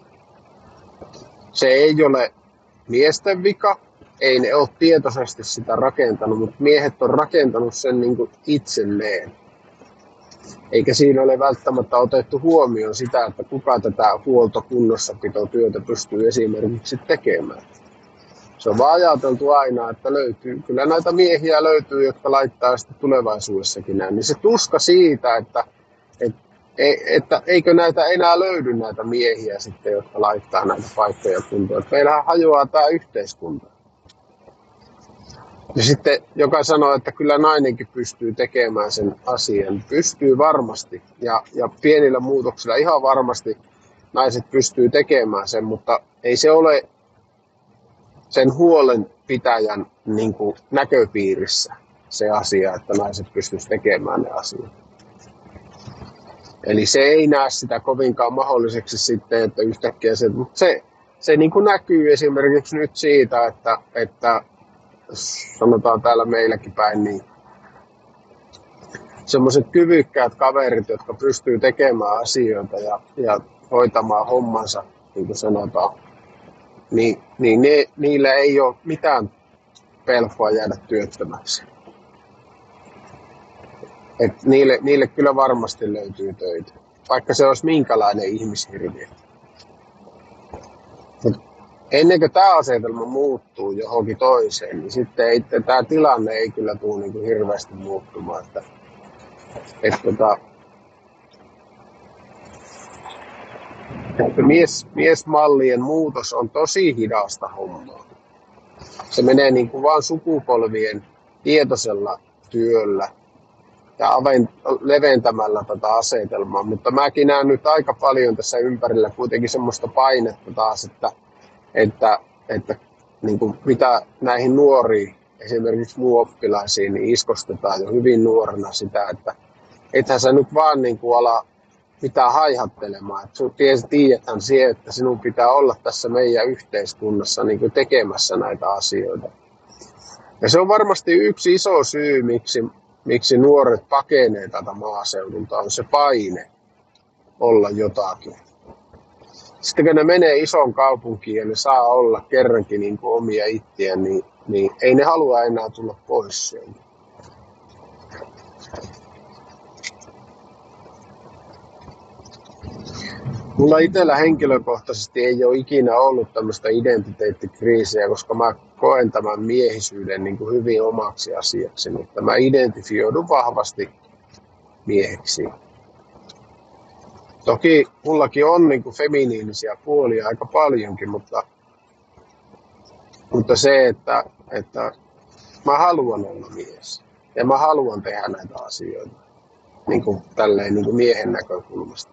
Se ei ole miesten vika, ei ne ole tietoisesti sitä rakentanut, mutta miehet on rakentanut sen niin kuin itselleen. Eikä siinä ole välttämättä otettu huomioon sitä, että kuka tätä huoltokunnossapitotyötä pystyy esimerkiksi tekemään. Se on vaan ajateltu aina, että löytyy, kyllä näitä miehiä löytyy, jotka laittaa sitä tulevaisuudessakin näin. Niin se tuska siitä, että, että, että eikö näitä enää löydy näitä miehiä sitten, jotka laittaa näitä paikkoja kuntoon. Meillähän hajoaa tämä yhteiskunta. Ja sitten joka sanoo, että kyllä nainenkin pystyy tekemään sen asian. Pystyy varmasti ja, ja pienillä muutoksilla ihan varmasti naiset pystyy tekemään sen, mutta ei se ole sen huolenpitäjän niin kuin näköpiirissä se asia, että naiset pystyisivät tekemään ne asiat. Eli se ei näe sitä kovinkaan mahdolliseksi sitten, että yhtäkkiä se, mutta se, se niin kuin näkyy esimerkiksi nyt siitä, että, että sanotaan täällä meilläkin päin, niin semmoiset kyvykkäät kaverit, jotka pystyy tekemään asioita ja, ja hoitamaan hommansa, niin kuin sanotaan, niin, niin ne, niillä ei ole mitään pelkoa jäädä työttömäksi. Et niille, niille kyllä varmasti löytyy töitä, vaikka se olisi minkälainen ihmishirviö. Ennen kuin tämä asetelma muuttuu johonkin toiseen, niin sitten ei, tämä tilanne ei kyllä tule niin kuin hirveästi muuttumaan. Että, että, että, että mies, miesmallien muutos on tosi hidasta hommaa. Se menee niin kuin vaan sukupolvien tietoisella työllä ja leventämällä tätä asetelmaa. Mutta mäkin näen nyt aika paljon tässä ympärillä kuitenkin semmoista painetta taas, että että, että niin kuin mitä näihin nuoriin, esimerkiksi minun oppilaisiin, niin iskostetaan jo hyvin nuorena sitä, että ethän sä nyt vaan niin kuin ala mitään haihattelemaan. Että sun tiedäthän siihen, että sinun pitää olla tässä meidän yhteiskunnassa niin kuin tekemässä näitä asioita. Ja se on varmasti yksi iso syy, miksi, miksi nuoret pakenee tätä maaseudulta, on se paine olla jotakin. Sitten kun ne menee isoon kaupunkiin ja ne saa olla kerrankin niin kuin omia ittiään, niin, niin ei ne halua enää tulla pois sieltä. Mulla itsellä henkilökohtaisesti ei ole ikinä ollut tämmöistä identiteettikriisiä, koska mä koen tämän miehisyyden niin kuin hyvin omaksi asiaksi, mutta mä identifioidun vahvasti mieheksi. Toki mullakin on niin kuin feminiinisiä puolia aika paljonkin, mutta, mutta se, että, että mä haluan olla mies ja mä haluan tehdä näitä asioita niin kuin tälleen niin kuin miehen näkökulmasta.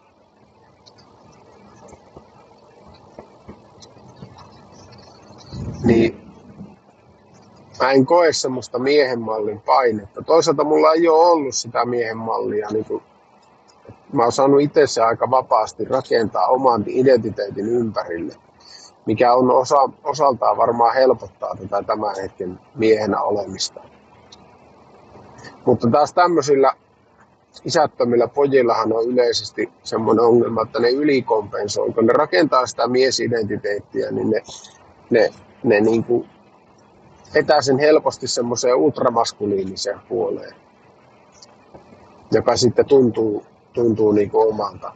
Niin mä en koe semmoista miehen mallin painetta. Toisaalta mulla ei ole ollut sitä miehen mallia. Niin kuin, mä oon saanut itse se aika vapaasti rakentaa oman identiteetin ympärille, mikä on osa, osaltaan varmaan helpottaa tätä tämän hetken miehenä olemista. Mutta taas tämmöisillä isättömillä pojillahan on yleisesti semmoinen ongelma, että ne ylikompensoi. Kun ne rakentaa sitä miesidentiteettiä, niin ne, ne, ne niin kuin etää sen helposti semmoiseen ultramaskuliiniseen puoleen, joka sitten tuntuu, tuntuu niin kuin omalta.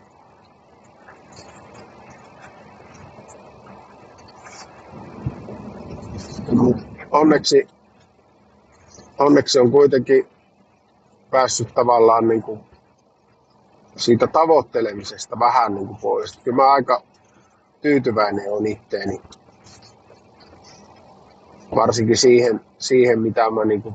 Onneksi, onneksi on kuitenkin päässyt tavallaan niin kuin siitä tavoittelemisesta vähän niin kuin pois. Kyllä mä aika tyytyväinen on itteeni. Varsinkin siihen, siihen mitä mä, niin kuin,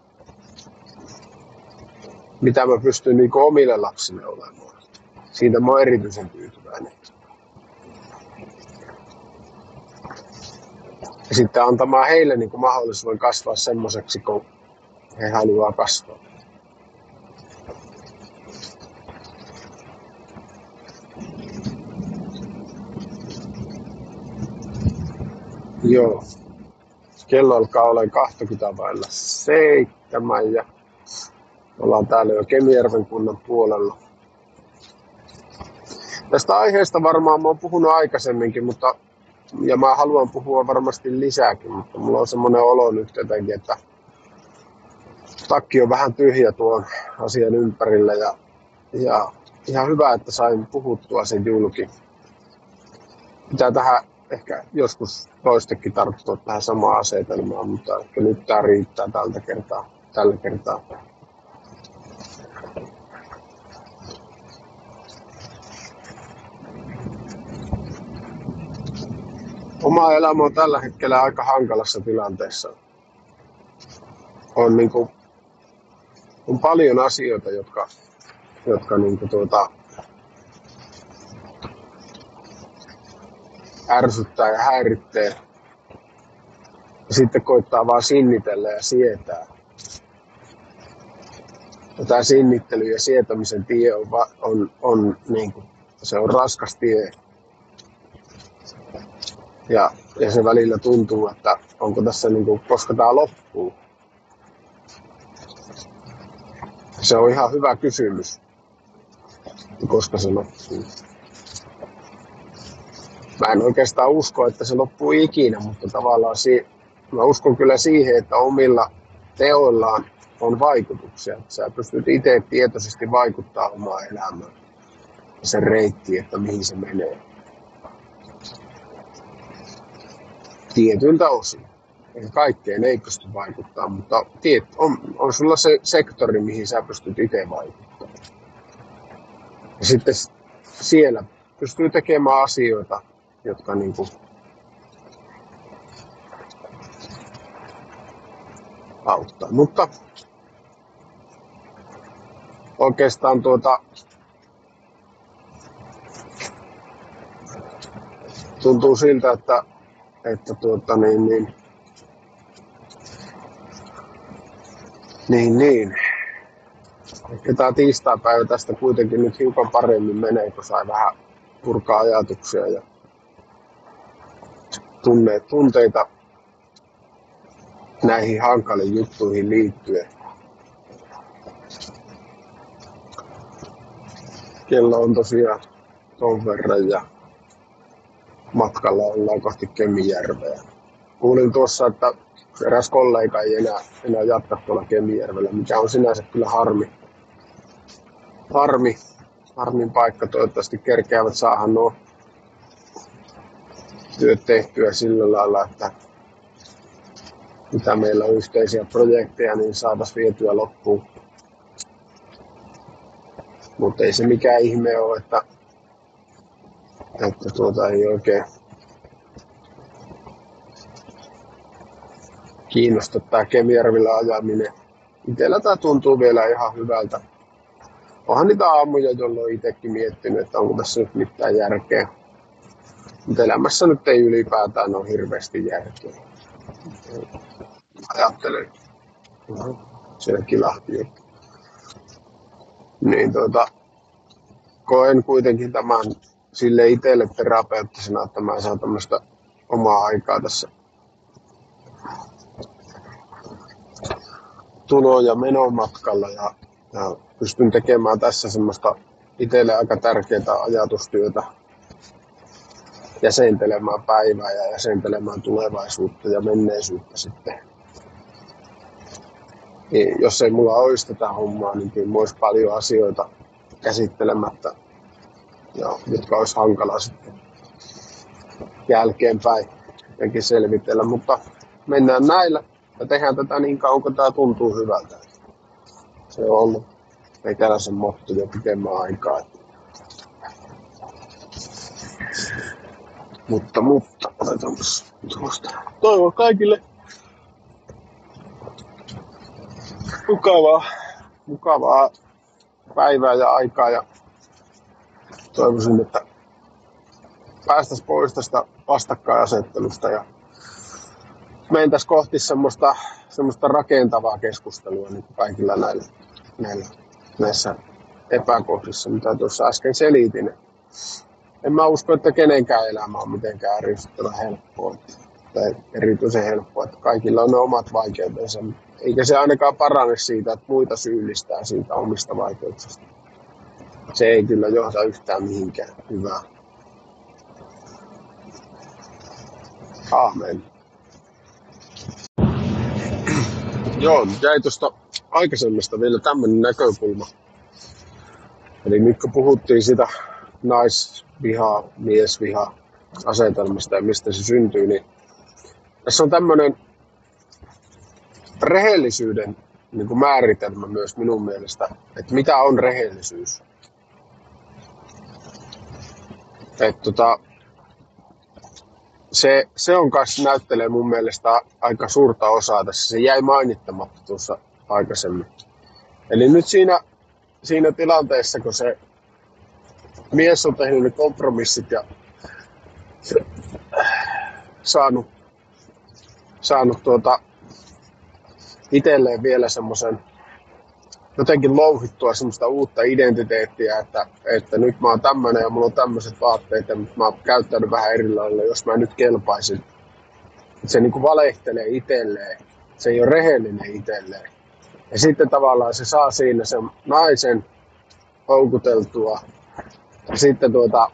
mitä mä pystyn niin kuin omille lapsille olemaan. Siitä mä oon erityisen tyytyväinen. Ja sitten antamaan heille niin kuin mahdollisuuden kasvaa semmoiseksi, kun he haluaa kasvaa. Joo. Kello alkaa olemaan kaksikymmentä vailla seitsemän ja ollaan täällä jo Kemijärven kunnan puolella. Tästä aiheesta varmaan mä oon puhunut aikaisemminkin, mutta, ja mä haluan puhua varmasti lisääkin, mutta mulla on semmoinen olo nyt jotenkin, että takki on vähän tyhjä tuon asian ympärillä ja, ja ihan hyvä, että sain puhuttua sen julki. Pitää tähän ehkä joskus toistekin tarttua tähän samaan asetelmaan, mutta ehkä nyt tää riittää tältä kertaa, tällä kertaa. Oma elämä on tällä hetkellä aika hankalassa tilanteessa. On, niin kuin, on paljon asioita, jotka, jotka niin kuin, tuota, ärsyttää ja häiritsee. Ja sitten koittaa vaan sinnitellä ja sietää. Ja tämä sinnittely ja sietämisen tie on, on, on, niin kuin, se on raskas tie. Ja, ja se välillä tuntuu, että onko tässä, niin kuin, koska tämä loppuu. Se on ihan hyvä kysymys, koska se loppuu. Mä en oikeastaan usko, että se loppuu ikinä, mutta tavallaan si- mä uskon kyllä siihen, että omilla teoillaan on vaikutuksia. Sä pystyt itse tietoisesti vaikuttamaan omaan elämään ja sen reittiin, että mihin se menee. Tietyltä osin. Eikä kaikkeen ei pysty vaikuttamaan, mutta tiet, on, on sulla se sektori, mihin sä pystyt itse vaikuttamaan. Ja sitten siellä pystyy tekemään asioita, jotka niinku auttaa. Mutta oikeastaan tuota tuntuu siltä, että, että tuota niin, niin, niin, niin. Ehkä tämä tiistaipäivä tästä kuitenkin nyt hiukan paremmin menee, kun sai vähän purkaa ajatuksia ja tunne, tunteita näihin hankaliin juttuihin liittyen. Kello on tosiaan ton verran ja matkalla ollaan kohti Kemijärveä. Kuulin tuossa, että eräs kollega ei enää, enää jatka tuolla Kemijärvellä, mikä on sinänsä kyllä harmi. Harmi, harmin paikka. Toivottavasti kerkeävät saada nuo työt tehtyä sillä lailla, että mitä meillä on yhteisiä projekteja, niin saataisiin vietyä loppuun. Mutta ei se mikään ihme ole, että, että tuota ei oikein kiinnosta tämä Kemijärvillä ajaminen. Itellä tämä tuntuu vielä ihan hyvältä. Onhan niitä aamuja, jolloin itsekin miettinyt, että onko tässä nyt mitään järkeä. Mutta elämässä nyt ei ylipäätään ole hirveästi järkeä. Ajattelen. Siellä kilahti. Niin tuota, koen kuitenkin tämän sille itselle terapeuttisena, että mä saan tämmöistä omaa aikaa tässä tulo- ja menomatkalla ja, ja pystyn tekemään tässä semmoista itselle aika tärkeää ajatustyötä, jäsentelemään päivää ja jäsentelemään tulevaisuutta ja menneisyyttä sitten. Niin, jos ei mulla olisi tätä hommaa, niin kyllä olisi paljon asioita käsittelemättä, ja, jotka olisi hankala sitten jälkeenpäin jotenkin selvitellä, mutta mennään näillä ja tehdään tätä niin kauan, kun tämä tuntuu hyvältä. Se on ollut meikäläisen motto jo pitemmän aikaa. Mutta, mutta, otetaan tuosta. Toivon kaikille mukavaa, mukavaa päivää ja aikaa ja toivoisin, että päästäisiin pois tästä vastakkainasettelusta ja mentäisiin kohti semmoista, semmoista rakentavaa keskustelua niin kaikilla näillä, näillä, näissä epäkohdissa, mitä tuossa äsken selitin. En mä usko, että kenenkään elämä on mitenkään ärsyttävän helppoa tai erityisen helppoa, että kaikilla on ne omat vaikeutensa. Eikä se ainakaan parane siitä, että muita syyllistää siitä omista vaikeuksista. Se ei kyllä johda yhtään mihinkään hyvää. Aamen. Joo, jäi tuosta aikaisemmasta vielä tämmöinen näkökulma. Eli nyt kun puhuttiin sitä naisvihaa, miesvihaa asetelmasta ja mistä se syntyy, niin tässä on tämmöinen rehellisyyden niin kuin määritelmä myös minun mielestä, että mitä on rehellisyys. Et tota, se, se on kanssa näyttelee mun mielestä aika suurta osaa tässä. Se jäi mainittamatta tuossa aikaisemmin. Eli nyt siinä, siinä tilanteessa, kun se mies on tehnyt ne kompromissit ja saanut, saanut tuota itselleen vielä semmoisen jotenkin louhittua semmoista uutta identiteettiä, että, että nyt mä oon tämmönen ja mulla on tämmöiset vaatteet ja mä oon käyttänyt vähän eri lailla, jos mä nyt kelpaisin. Se niinku valehtelee itselleen, se ei ole rehellinen itselleen. Ja sitten tavallaan se saa siinä sen naisen houkuteltua ja sitten tuota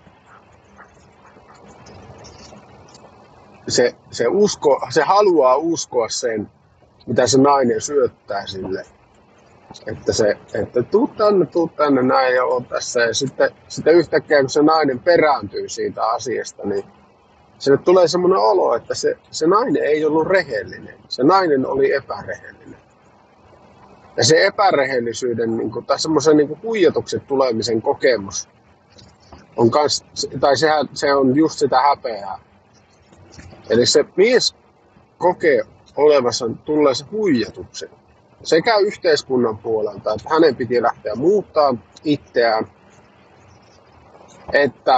se, se, usko, se haluaa uskoa sen, mitä se nainen syöttää sille. Että se, että tuu tänne, tuu tänne näin ja on tässä. Ja sitten, sitten yhtäkkiä, kun se nainen perääntyy siitä asiasta, niin sille tulee semmoinen olo, että se, se nainen ei ollut rehellinen. Se nainen oli epärehellinen. Ja se epärehellisyyden, niin kuin, tai semmoisen niin kuin huijatuksen tulemisen kokemus, on kans, tai sehän, se on just sitä häpeää. Eli se mies kokee olevansa tulleensa huijatuksen sekä yhteiskunnan puolelta, että hänen piti lähteä muuttaa itseään, että,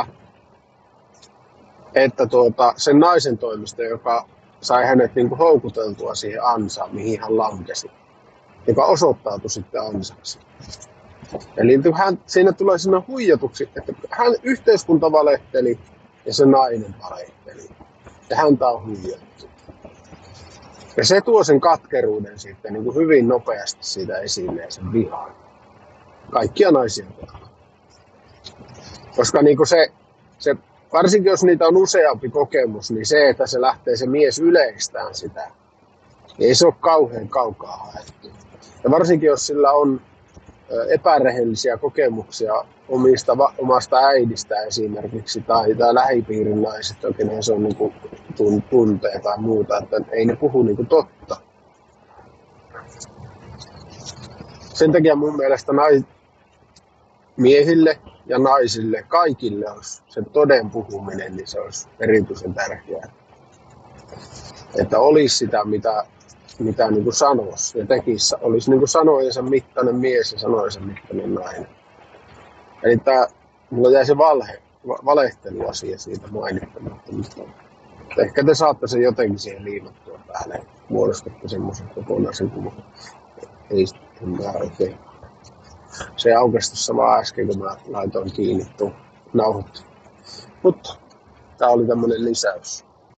että tuota, sen naisen toimesta, joka sai hänet niin kuin houkuteltua siihen ansaan, mihin hän lankesi, joka osoittautui sitten ansaksi. Eli hän, siinä tulee sinne huijatuksi, että hän yhteiskunta valehteli ja se nainen valehteli. Ja häntä on huijattu. Ja se tuo sen katkeruuden sitten niin kuin hyvin nopeasti siitä esille ja sen vihaan. Kaikkia naisia kohtaan. Koska niin kuin se, se, varsinkin jos niitä on useampi kokemus, niin se, että se lähtee se mies yleistään sitä, niin ei se ole kauhean kaukaa haettu. Ja varsinkin jos sillä on epärehellisiä kokemuksia omista, omasta äidistä esimerkiksi tai, tai lähipiirin naisista, kenen se on niin kuin, tuntee tai muuta, että ei ne puhu niin kuin totta. Sen takia mun mielestä nais, miehille ja naisille, kaikille olisi sen toden puhuminen, niin se olisi erityisen tärkeää. Että olisi sitä, mitä, mitä niin kuin sanoisi ja tekisi. Olisi niin kuin sanojensa mittainen mies ja sanojensa mittainen nainen. Eli tämä, mulla jäi se valhe, valehteluasia siitä mainittamatta. Ehkä te saatte sen jotenkin siihen liimattua päälle. Muodostatte semmoisen kokonaisen kuvan. Ei sitten mä oikein. Se aukesi tuossa vaan äsken, kun mä laitoin kiinni tuon nauhoittelun. Mutta tää oli tämmönen lisäys.